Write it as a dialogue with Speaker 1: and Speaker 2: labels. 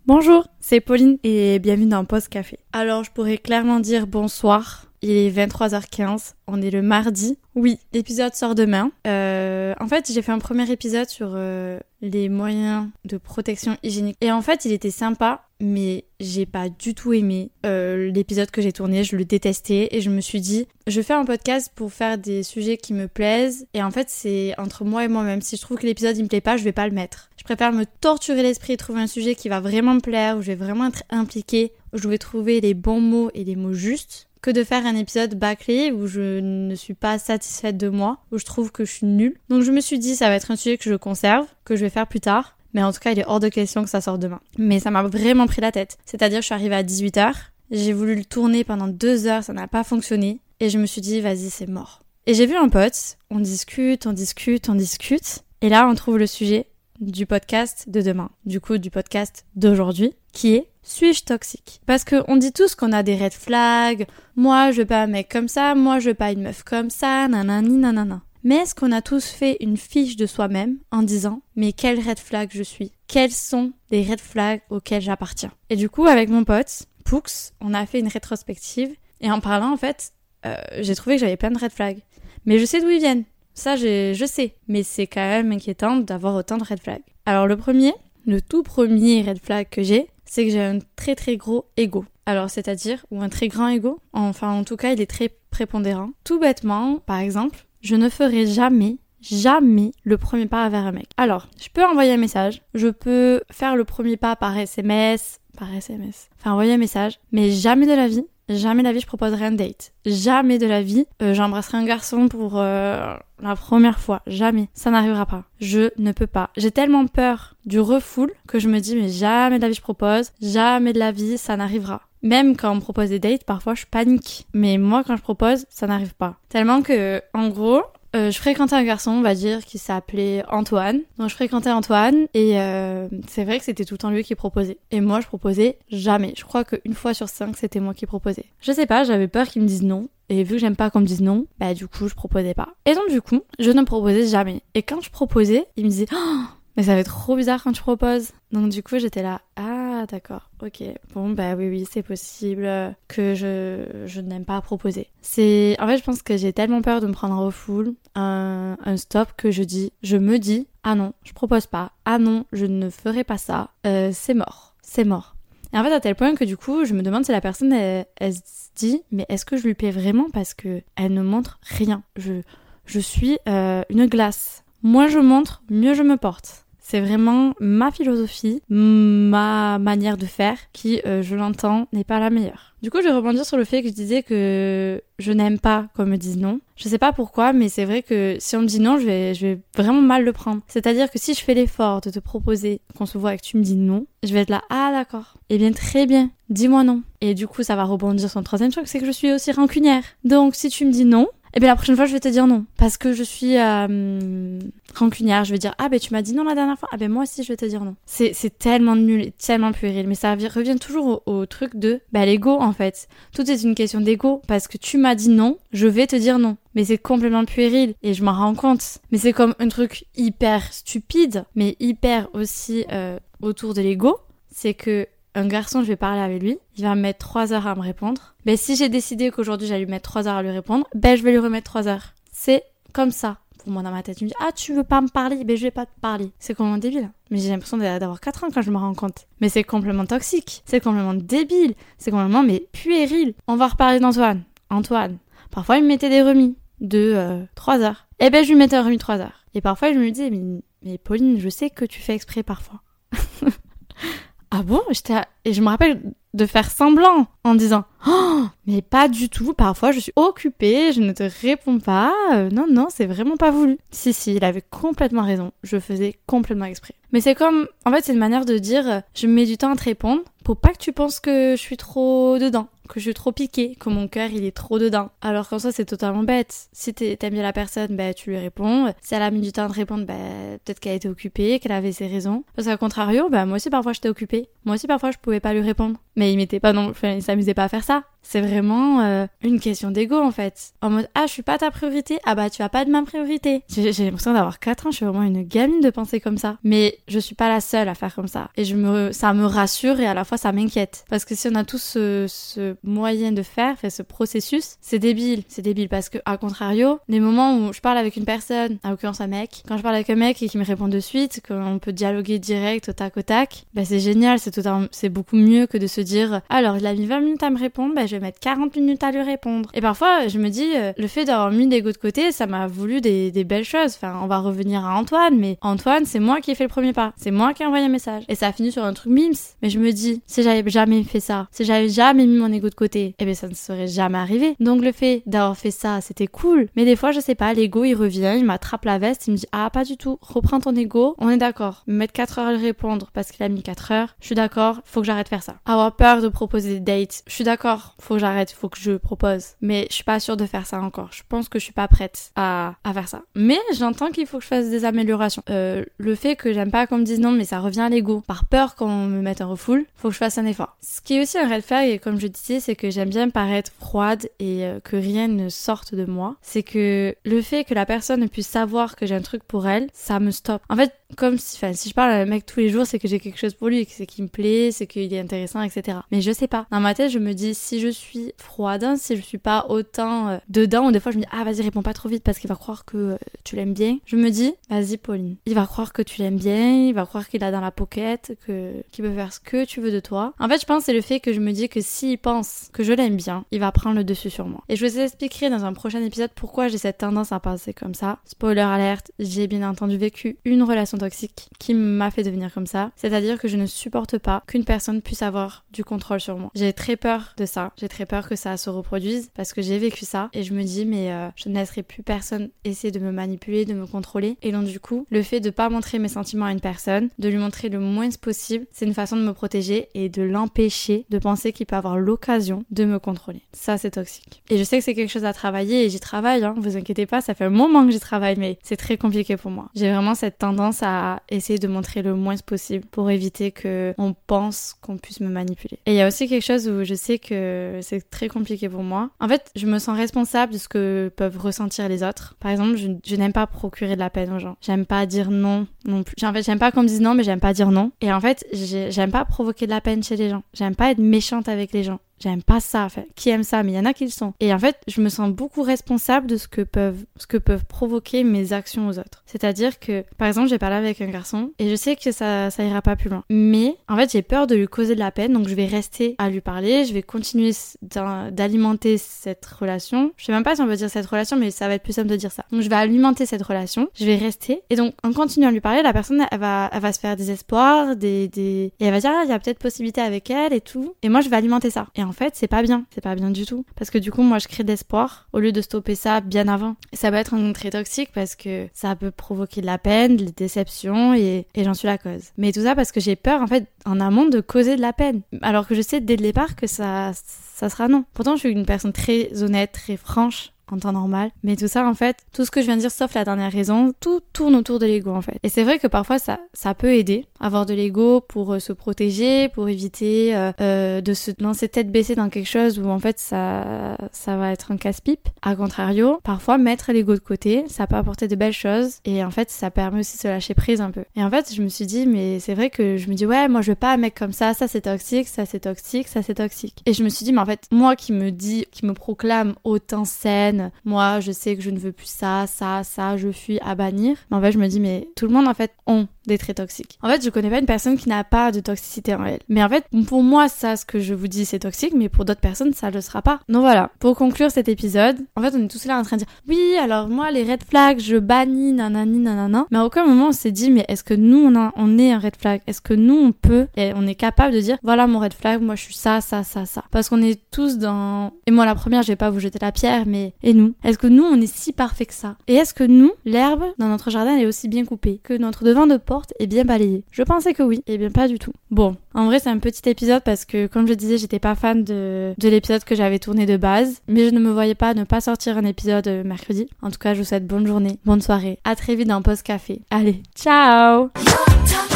Speaker 1: Bonjour, c'est Pauline et bienvenue dans Pause Café. Alors je pourrais clairement dire bonsoir, il est 23h15, on est le mardi. Oui, l'épisode sort demain. En fait, j'ai fait un premier épisode sur les moyens de protection hygiénique. Et en fait, il était sympa, mais j'ai pas du tout aimé l'épisode que j'ai tourné, je le détestais et je me suis dit, je fais un podcast pour faire des sujets qui me plaisent et en fait, c'est entre moi et moi-même. Si je trouve que l'épisode il me plaît pas, je vais pas le mettre. Je préfère me torturer l'esprit et trouver un sujet qui va vraiment me plaire, où je vais vraiment être impliquée, où je vais trouver les bons mots et les mots justes, que de faire un épisode bâclé où je ne suis pas satisfaite de moi, où je trouve que je suis nulle. Donc je me suis dit, ça va être un sujet que je conserve, que je vais faire plus tard. Mais en tout cas, il est hors de question que ça sorte demain. Mais ça m'a vraiment pris la tête. C'est-à-dire, je suis arrivée à 18h, j'ai voulu le tourner pendant 2 heures, ça n'a pas fonctionné. Et je me suis dit, vas-y, c'est mort. Et j'ai vu un pote, on discute. Et là, on trouve le sujet du podcast de demain. Du coup, du podcast d'aujourd'hui, qui est « Suis-je toxique ?» Parce qu'on dit tous qu'on a des red flags. Moi, je veux pas un mec comme ça. Moi, je veux pas une meuf comme ça. Nanani, nanana. Mais est-ce qu'on a tous fait une fiche de soi-même en disant « Mais quel red flag je suis ? Quels sont les red flags auxquels j'appartiens ?» Et du coup, avec mon pote, Poux, on a fait une rétrospective. Et en parlant, en fait, j'ai trouvé que j'avais plein de red flags. Mais je sais d'où ils viennent. Ça, je sais. Mais c'est quand même inquiétant d'avoir autant de red flags. Alors le tout premier red flag que j'ai, c'est que j'ai un très très gros ego. Alors c'est-à-dire, ou un très grand ego. Enfin, en tout cas, il est très prépondérant. Tout bêtement, par exemple, je ne ferai jamais le premier pas vers un mec. Alors, je peux envoyer un message, je peux faire le premier pas par SMS, enfin envoyer un message, mais jamais de la vie, je proposerai un date. Jamais de la vie, j'embrasserai un garçon pour la première fois. Jamais. Ça n'arrivera pas. Je ne peux pas. J'ai tellement peur du refoul que je me dis, mais jamais de la vie je propose. Jamais de la vie ça n'arrivera. Même quand on me propose des dates, parfois je panique. Mais moi, quand je propose, ça n'arrive pas. Tellement que, en gros, je fréquentais un garçon, on va dire, qui s'appelait Antoine. Donc je fréquentais Antoine et c'est vrai que c'était tout le temps lui qui proposait. Et moi, je proposais jamais. Je crois qu'une fois sur 5, c'était moi qui proposais. Je sais pas, j'avais peur qu'il me dise non. Et vu que j'aime pas qu'on me dise non, bah du coup, je proposais pas. Et donc du coup, je ne proposais jamais. Et quand je proposais, il me disait « Oh, mais ça va être trop bizarre quand tu proposes. » Donc du coup, j'étais là « Ah, d'accord, ok. Bon, bah oui, c'est possible que je n'aime pas proposer. » En fait, je pense que j'ai tellement peur de me prendre au full, un stop, que je me dis « Ah non, je propose pas. Ah non, je ne ferai pas ça. C'est mort. C'est mort. » Et en fait, à tel point que du coup, je me demande si la personne, elle se dit « Mais est-ce que je lui plais vraiment ?» Parce que elle ne montre rien. Je suis une glace. Moins je montre, mieux je me porte. C'est vraiment ma philosophie, ma manière de faire qui, je l'entends, n'est pas la meilleure. Du coup, je vais rebondir sur le fait que je disais que je n'aime pas qu'on me dise non. Je sais pas pourquoi, mais c'est vrai que si on me dit non, je vais vraiment mal le prendre. C'est-à-dire que si je fais l'effort de te proposer qu'on se voit et que tu me dis non, je vais être là, ah d'accord. Eh bien, très bien, dis-moi non. Et du coup, ça va rebondir sur le troisième truc, c'est que je suis aussi rancunière. Donc, si tu me dis non, eh bien la prochaine fois je vais te dire non parce que je suis rancunière, je vais dire ah ben tu m'as dit non la dernière fois, ah ben moi aussi je vais te dire non. C'est tellement nul et tellement puéril, mais ça revient toujours au truc de l'ego en fait. Tout est une question d'ego parce que tu m'as dit non, je vais te dire non. Mais c'est complètement puéril et je m'en rends compte. Mais c'est comme un truc hyper stupide mais hyper aussi autour de l'ego, c'est que un garçon, je vais parler avec lui, il va me mettre 3 heures à me répondre. Ben si j'ai décidé qu'aujourd'hui j'allais lui mettre 3 heures à lui répondre, ben je vais lui remettre 3 heures. C'est comme ça. Pour moi dans ma tête, il me dit « Ah, tu veux pas me parler ? Ben je vais pas te parler. » C'est complètement débile. Mais j'ai l'impression d'avoir 4 ans quand je me rends compte. Mais c'est complètement toxique. C'est complètement débile. C'est complètement puéril. On va reparler d'Antoine. Antoine. Parfois il me mettait des remis de 3 heures. Et ben je lui mettais un remis 3 heures. Et parfois je me disais mais Pauline, je sais que tu fais exprès parfois. Ah bon ? Et je me rappelle de faire semblant en disant « Oh, mais pas du tout, parfois je suis occupée, je ne te réponds pas, non, c'est vraiment pas voulu. » Si, il avait complètement raison, je faisais complètement exprès. Mais c'est c'est une manière de dire « Je me mets du temps à te répondre pour pas que tu penses que je suis trop dedans. » que je suis trop piquée, que mon cœur il est trop dedans. Alors qu'en soi c'est totalement bête. Si t'aimes bien la personne, tu lui réponds. Si elle a mis du temps de répondre, peut-être qu'elle était occupée, qu'elle avait ses raisons. Parce qu'à contrario, moi aussi parfois j'étais occupée. Moi aussi parfois je pouvais pas lui répondre. Mais il s'amusait pas à faire ça. C'est vraiment une question d'ego en fait. En mode je suis pas ta priorité, tu vas pas être ma priorité. J'ai l'impression d'avoir 4 ans, je suis vraiment une gamine de penser comme ça. Mais je suis pas la seule à faire comme ça. Et ça me rassure et à la fois ça m'inquiète. Parce que si on a tous ce moyen de faire, ce processus, c'est débile. C'est débile parce que à contrario, les moments où je parle avec une personne, en l'occurrence un mec, quand je parle avec un mec et qu'il me répond de suite, qu'on peut dialoguer direct au tac au tac, c'est génial, c'est beaucoup mieux que de se dire alors il a mis 20 minutes à me répondre, je vais mettre 40 minutes à lui répondre. Et parfois, je me dis, le fait d'avoir mis l'ego de côté, ça m'a voulu des belles choses. Enfin, on va revenir à Antoine, mais Antoine, c'est moi qui ai fait le premier pas. C'est moi qui ai envoyé un message. Et ça a fini sur un truc mimes. Mais je me dis, si j'avais jamais fait ça, si j'avais jamais mis mon ego de côté, ça ne serait jamais arrivé. Donc le fait d'avoir fait ça, c'était cool. Mais des fois, je sais pas, l'ego, il revient, il m'attrape la veste, il me dit, pas du tout, reprends ton ego, on est d'accord. Me mettre 4 heures à lui répondre parce qu'il a mis 4 heures, je suis d'accord, faut que j'arrête de faire ça. Avoir peur de proposer des dates, je suis d'accord, faut que j'arrête, faut que je propose. Mais je suis pas sûre de faire ça encore. Je pense que je suis pas prête à faire ça. Mais j'entends qu'il faut que je fasse des améliorations. Le fait que j'aime pas qu'on me dise non, mais ça revient à l'ego. Par peur qu'on me mette en refoule, faut que je fasse un effort. Ce qui est aussi un red flag, et comme je disais, c'est que j'aime bien paraître froide et que rien ne sorte de moi. C'est que le fait que la personne puisse savoir que j'ai un truc pour elle, ça me stoppe. En fait, comme si je parle à un mec tous les jours, c'est que j'ai quelque chose pour lui, c'est qu'il me plaît, c'est qu'il est intéressant, etc. Mais je sais pas. Dans ma tête, je me dis, si je suis froide, si je suis pas autant dedans, ou des fois je me dis, vas-y, réponds pas trop vite parce qu'il va croire que tu l'aimes bien. Je me dis, vas-y, Pauline. Il va croire que tu l'aimes bien, il va croire qu'il a dans la pocket, qu'il peut faire ce que tu veux de toi. En fait, je pense que c'est le fait que je me dis que s'il pense que je l'aime bien, il va prendre le dessus sur moi. Et je vous expliquerai dans un prochain épisode pourquoi j'ai cette tendance à penser comme ça. Spoiler alerte, j'ai bien entendu vécu une relation toxique qui m'a fait devenir comme ça. C'est-à-dire que je ne supporte pas qu'une personne puisse avoir du contrôle sur moi. J'ai très peur de ça. J'ai très peur que ça se reproduise parce que j'ai vécu ça et je me dis je ne laisserai plus personne essayer de me manipuler, de me contrôler. Et donc du coup, le fait de pas montrer mes sentiments à une personne, de lui montrer le moins possible, c'est une façon de me protéger et de l'empêcher de penser qu'il peut avoir l'occasion de me contrôler. Ça, c'est toxique. Et je sais que c'est quelque chose à travailler et j'y travaille, vous inquiétez pas, ça fait un moment que j'y travaille, mais c'est très compliqué pour moi. J'ai vraiment cette tendance à essayer de montrer le moins possible pour éviter qu'on pense qu'on puisse me manipuler. Et il y a aussi quelque chose où je sais que c'est très compliqué pour moi. En fait, je me sens responsable de ce que peuvent ressentir les autres. Par exemple, je n'aime pas procurer de la peine aux gens. J'aime pas dire non plus. En fait, j'aime pas qu'on me dise non, mais j'aime pas dire non. Et en fait, j'aime pas provoquer de la peine chez les gens. J'aime pas être méchante avec les gens. J'aime pas ça, enfin, qui aime ça, mais il y en a qui le sont. Et en fait, je me sens beaucoup responsable de ce que peuvent provoquer mes actions aux autres. C'est-à-dire que, par exemple, j'ai parlé avec un garçon et je sais que ça ira pas plus loin. Mais, en fait, j'ai peur de lui causer de la peine, donc je vais rester à lui parler, je vais continuer d'alimenter cette relation. Je sais même pas si on peut dire cette relation, mais ça va être plus simple de dire ça. Donc, je vais alimenter cette relation, je vais rester, et donc, en continuant à lui parler, la personne, elle va se faire des espoirs, et elle va dire, il y a peut-être possibilité avec elle et tout. Et moi, je vais alimenter ça. Et en fait, c'est pas bien du tout. Parce que du coup, moi, je crée de l'espoir au lieu de stopper ça bien avant. Et ça peut être un trait toxique parce que ça peut provoquer de la peine, des déceptions et j'en suis la cause. Mais tout ça parce que j'ai peur, en fait, en amont de causer de la peine. Alors que je sais dès le départ que ça sera non. Pourtant, je suis une personne très honnête, très franche en temps normal. Mais tout ça, en fait, tout ce que je viens de dire, sauf la dernière raison, tout tourne autour de l'ego, en fait. Et c'est vrai que parfois, ça peut aider, avoir de l'ego pour se protéger, pour éviter de se lancer tête baissée dans quelque chose où, en fait, ça va être un casse-pipe. A contrario, parfois, mettre l'ego de côté, ça peut apporter de belles choses. Et en fait, ça permet aussi de se lâcher prise un peu. Et en fait, je me suis dit, mais c'est vrai que je me dis, ouais, moi, je veux pas un mec comme ça c'est toxique, ça c'est toxique, ça c'est toxique. Et je me suis dit, mais en fait, moi qui me proclame autant saine, moi je sais que je ne veux plus ça, je fuis à bannir. Mais en fait je me dis mais tout le monde en fait ont des traits toxiques. En fait je connais pas une personne qui n'a pas de toxicité en elle. Mais en fait pour moi ça ce que je vous dis c'est toxique, mais pour d'autres personnes ça le sera pas. Donc voilà, pour conclure cet épisode, en fait on est tous là en train de dire oui alors moi les red flags je bannis nanani nanana. Mais à aucun moment on s'est dit mais est-ce que nous on est un red flag? Est-ce que nous on est capable de dire voilà mon red flag, moi je suis ça. Parce qu'on est tous dans... Et moi la première je vais pas vous jeter la pierre mais... Et nous? Est-ce que nous, on est si parfait que ça? Et est-ce que nous, l'herbe dans notre jardin, elle est aussi bien coupée? Que notre devant de porte porte est bien balayée. Je pensais que oui, et bien pas du tout. Bon, en vrai c'est un petit épisode parce que comme je disais, j'étais pas fan de l'épisode que j'avais tourné de base, mais je ne me voyais pas ne pas sortir un épisode mercredi. En tout cas, je vous souhaite bonne journée, bonne soirée, à très vite dans Pause Café. Allez, ciao!